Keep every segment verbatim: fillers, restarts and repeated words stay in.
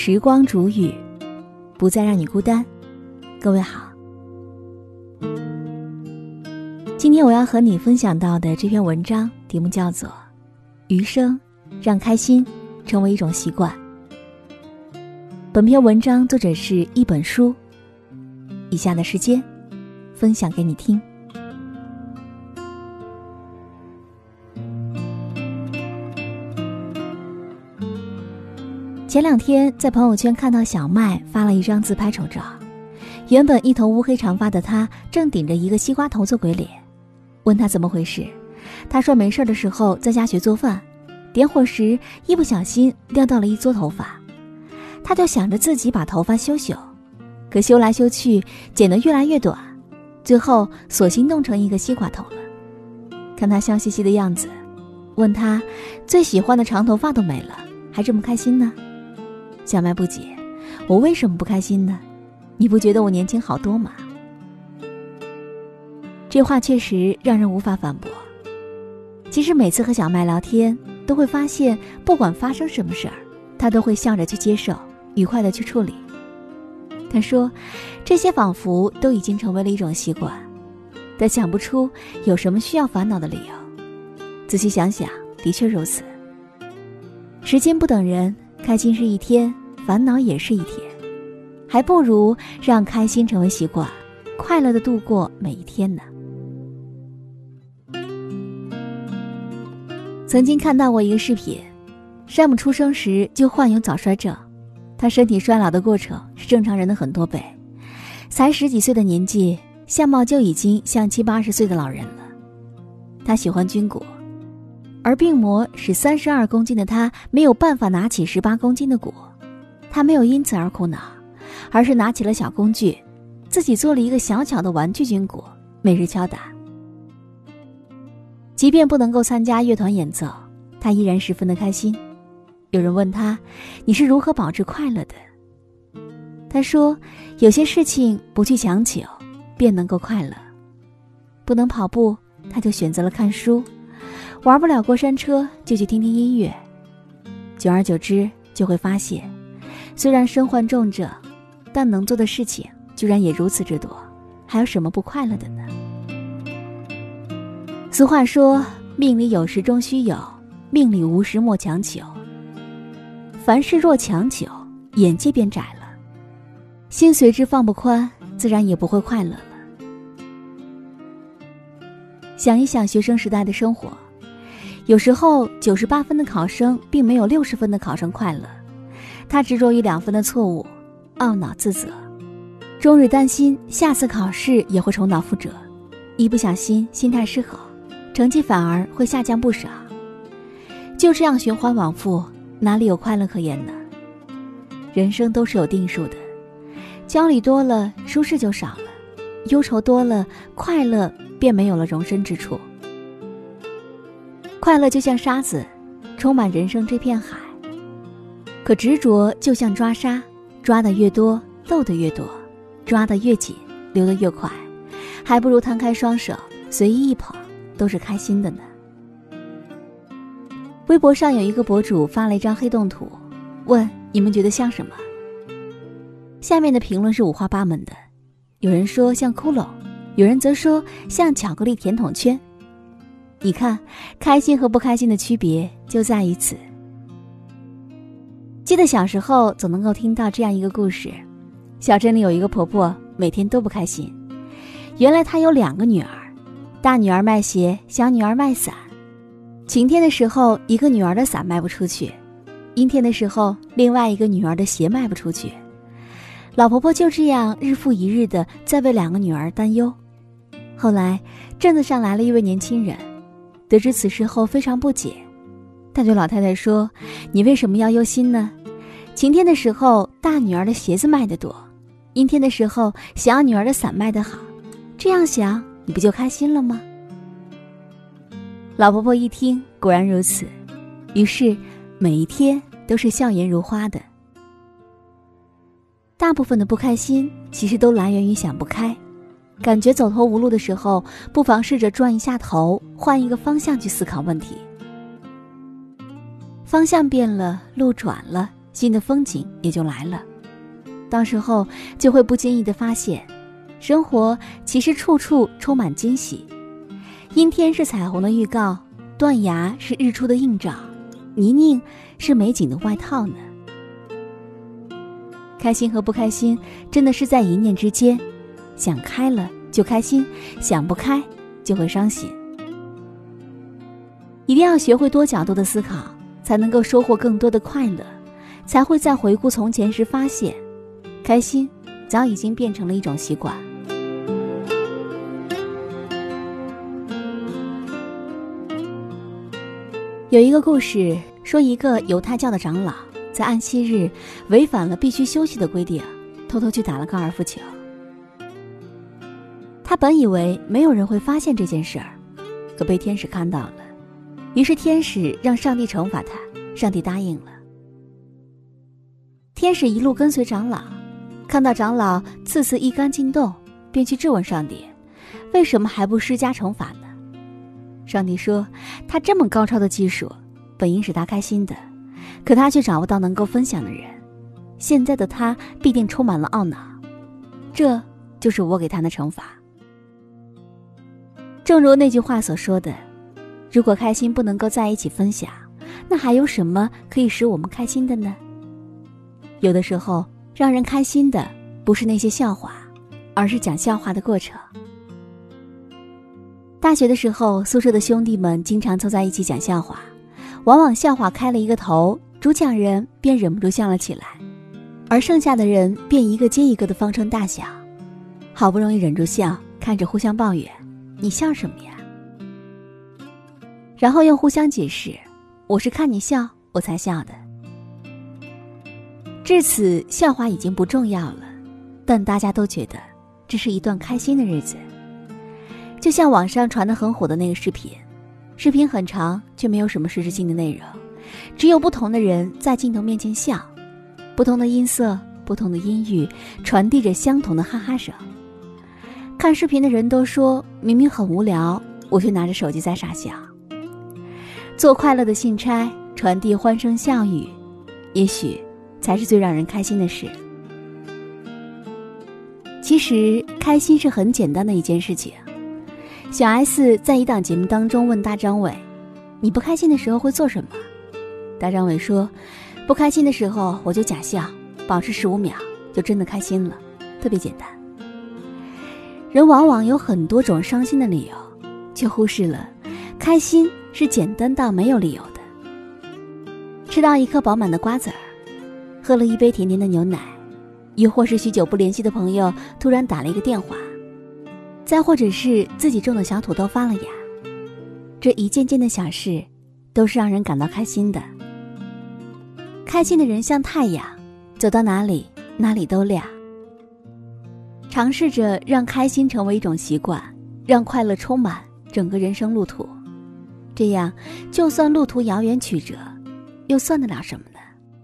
时光煮雨，不再让你孤单。各位好，今天我要和你分享到的这篇文章题目叫做《余生让开心成为一种习惯》。本篇文章作者是一本书，以下的时间分享给你听。前两天在朋友圈看到小麦发了一张自拍丑照，原本一头乌黑长发的他正顶着一个西瓜头做鬼脸。问他怎么回事，他说没事的时候在家学做饭，点火时一不小心掉到了一撮头发，他就想着自己把头发修修，可修来修去剪得越来越短，最后索性弄成一个西瓜头了。看他笑嘻嘻的样子，问他最喜欢的长头发都没了，还这么开心呢？小麦不解，我为什么不开心呢？你不觉得我年轻好多吗？这话确实让人无法反驳。其实每次和小麦聊天，都会发现不管发生什么事儿，他都会笑着去接受，愉快地去处理。他说这些仿佛都已经成为了一种习惯，但想不出有什么需要烦恼的理由。仔细想想，的确如此。时间不等人，开心是一天，烦恼也是一天，还不如让开心成为习惯，快乐地度过每一天呢。曾经看到过一个视频，山姆出生时就患有早衰症，他身体衰老的过程是正常人的很多倍，才十几岁的年纪，相貌就已经像七八十岁的老人了。他喜欢军鼓，而病魔使三十二公斤的他没有办法拿起十八公斤的鼓，他没有因此而苦恼，而是拿起了小工具，自己做了一个小巧的玩具军鼓，每日敲打。即便不能够参加乐团演奏，他依然十分的开心。有人问他，你是如何保持快乐的？他说，有些事情不去强求，便能够快乐。不能跑步，他就选择了看书，玩不了过山车，就去听听音乐。久而久之，就会发现，虽然身患重症，但能做的事情居然也如此之多，还有什么不快乐的呢？俗话说，命里有时终须有，命里无时莫强求。凡事若强求，眼界便窄了，心随之放不宽，自然也不会快乐了。想一想学生时代的生活，有时候九十八分的考生并没有六十分的考生快乐，他执着于两分的错误，懊恼自责，终日担心下次考试也会重蹈覆辙，一不小心心态失衡，成绩反而会下降不少。就这样循环往复，哪里有快乐可言呢？人生都是有定数的，焦虑多了，舒适就少了；忧愁多了，快乐便没有了容身之处。快乐就像沙子，充满人生这片海，可执着就像抓沙，抓得越多，漏得越多，抓得越紧，流得越快，还不如摊开双手，随意一捧，都是开心的呢。微博上有一个博主发了一张黑洞图，问你们觉得像什么？下面的评论是五花八门的，有人说像骷髅，有人则说像巧克力甜筒圈。你看，开心和不开心的区别就在于此。记得小时候总能够听到这样一个故事，小镇里有一个婆婆，每天都不开心。原来她有两个女儿，大女儿卖鞋，小女儿卖伞。晴天的时候，一个女儿的伞卖不出去，阴天的时候，另外一个女儿的鞋卖不出去。老婆婆就这样日复一日的在为两个女儿担忧。后来镇子上来了一位年轻人，得知此事后非常不解，他对老太太说，你为什么要忧心呢？晴天的时候，大女儿的鞋子卖得多，阴天的时候，小女儿的伞卖得好，这样想你不就开心了吗？老婆婆一听，果然如此，于是每一天都是笑颜如花的。大部分的不开心其实都来源于想不开，感觉走投无路的时候，不妨试着转一下头，换一个方向去思考问题。方向变了，路转了， 新的风景也就来了。到时候就会不经意地发现，生活其实处处充满惊喜。阴天是彩虹的预告，断崖是日出的映照，泥泞是美景的外套呢。开心和不开心真的是在一念之间，想开了就开心，想不开就会伤心。一定要学会多角度的思考，才能够收获更多的快乐，才会在回顾从前时发现，开心早已经变成了一种习惯。有一个故事说，一个犹太教的长老在安息日违反了必须休息的规定，偷偷去打了高尔夫球。他本以为没有人会发现这件事儿，可被天使看到了，于是天使让上帝惩罚他，上帝答应了。天使一路跟随长老，看到长老次次一杆进洞，便去质问上帝，为什么还不施加惩罚呢？上帝说，他这么高超的技术本应使他开心的，可他却找不到能够分享的人，现在的他必定充满了懊恼，这就是我给他的惩罚。正如那句话所说的，如果开心不能够在一起分享，那还有什么可以使我们开心的呢？有的时候让人开心的不是那些笑话，而是讲笑话的过程。大学的时候，宿舍的兄弟们经常凑在一起讲笑话，往往笑话开了一个头，主讲人便忍不住笑了起来，而剩下的人便一个接一个的放声大笑，好不容易忍住笑，看着互相抱怨，你笑什么呀？然后又互相解释，我是看你笑我才笑的。至此笑话已经不重要了，但大家都觉得这是一段开心的日子。就像网上传得很火的那个视频，视频很长，却没有什么实质性的内容，只有不同的人在镜头面前笑，不同的音色，不同的音域，传递着相同的哈哈声。看视频的人都说，明明很无聊，我却拿着手机在傻笑。做快乐的信差，传递欢声笑语，也许才是最让人开心的事。其实开心是很简单的一件事情。小 S 在一档节目当中问大张伟，你不开心的时候会做什么？大张伟说，不开心的时候我就假笑，保持十五秒，就真的开心了，特别简单。人往往有很多种伤心的理由，却忽视了开心是简单到没有理由的。吃到一颗饱满的瓜子儿，喝了一杯甜甜的牛奶，又或是许久不联系的朋友突然打了一个电话，再或者是自己种的小土豆发了芽，这一件件的小事都是让人感到开心的。开心的人像太阳，走到哪里哪里都亮。尝试着让开心成为一种习惯，让快乐充满整个人生路途，这样就算路途遥远曲折，又算得了什么呢？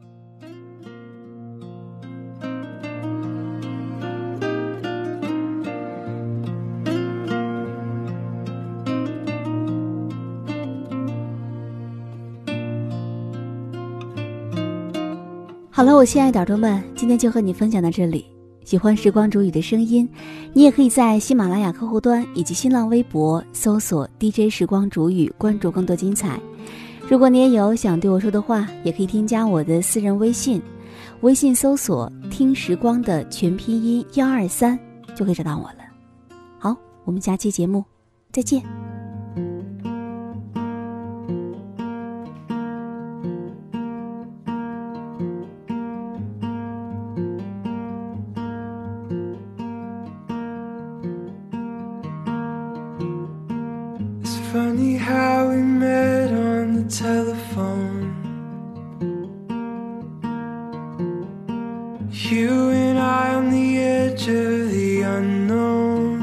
好了，我亲爱的耳朵们，今天就和你分享到这里。喜欢时光煮雨的声音，你也可以在喜马拉雅客户端以及新浪微博搜索 D J 时光煮雨，关注更多精彩。如果你也有想对我说的话，也可以添加我的私人微信，微信搜索听时光的全拼音一二三，就可以找到我了。好，我们下期节目再见。 Funny how we met on the telephone. You and I on the edge of the unknown.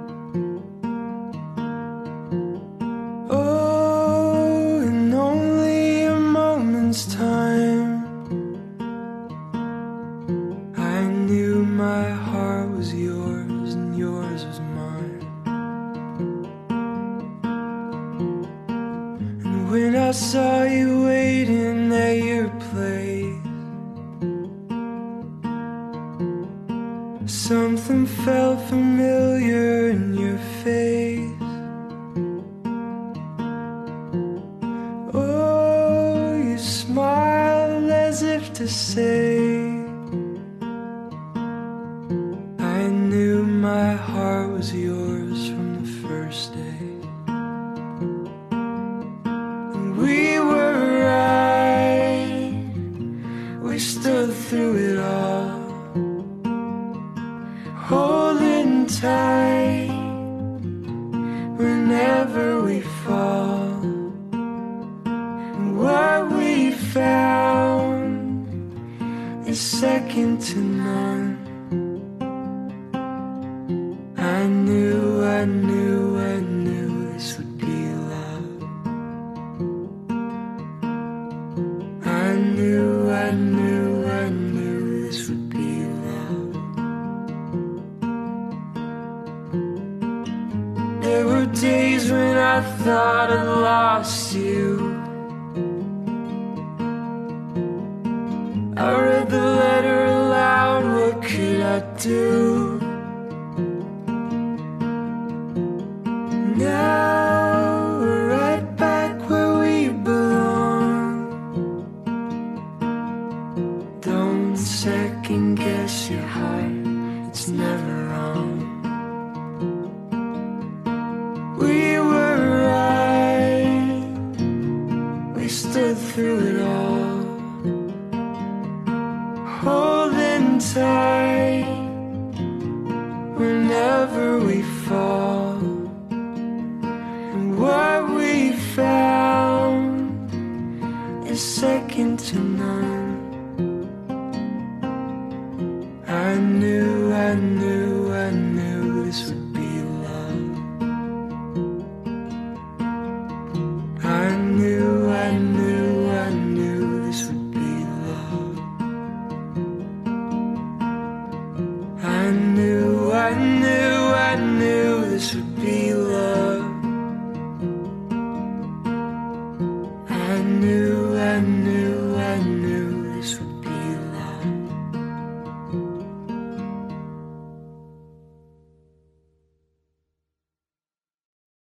Oh, in only a moment's time, I knew my heart was yours and yours was mine. When I saw you waiting at your place, Something felt familiar in your face. Oh, you smiled as if to say, I knew my heart was yours from the first day. And we were right, we stood through it all, holding tight whenever we fall. And what we found is second to none. I knew, I knew, I knew this would be love. I knew, I knew, I knew this would be love. There were days when I thought I'd lost you. I read the letter aloud, what could I do? Now we're right back where we belong. Don't second guess your heart, it's never wrong. We were right, we stood through it all, holding tight whenever we fall. And what we found is second to none. I knew, I knew, I knew this would be love. I knew, I knew, I knew this would be love. I knew, I knew, I knew this would be love. I knew, I knew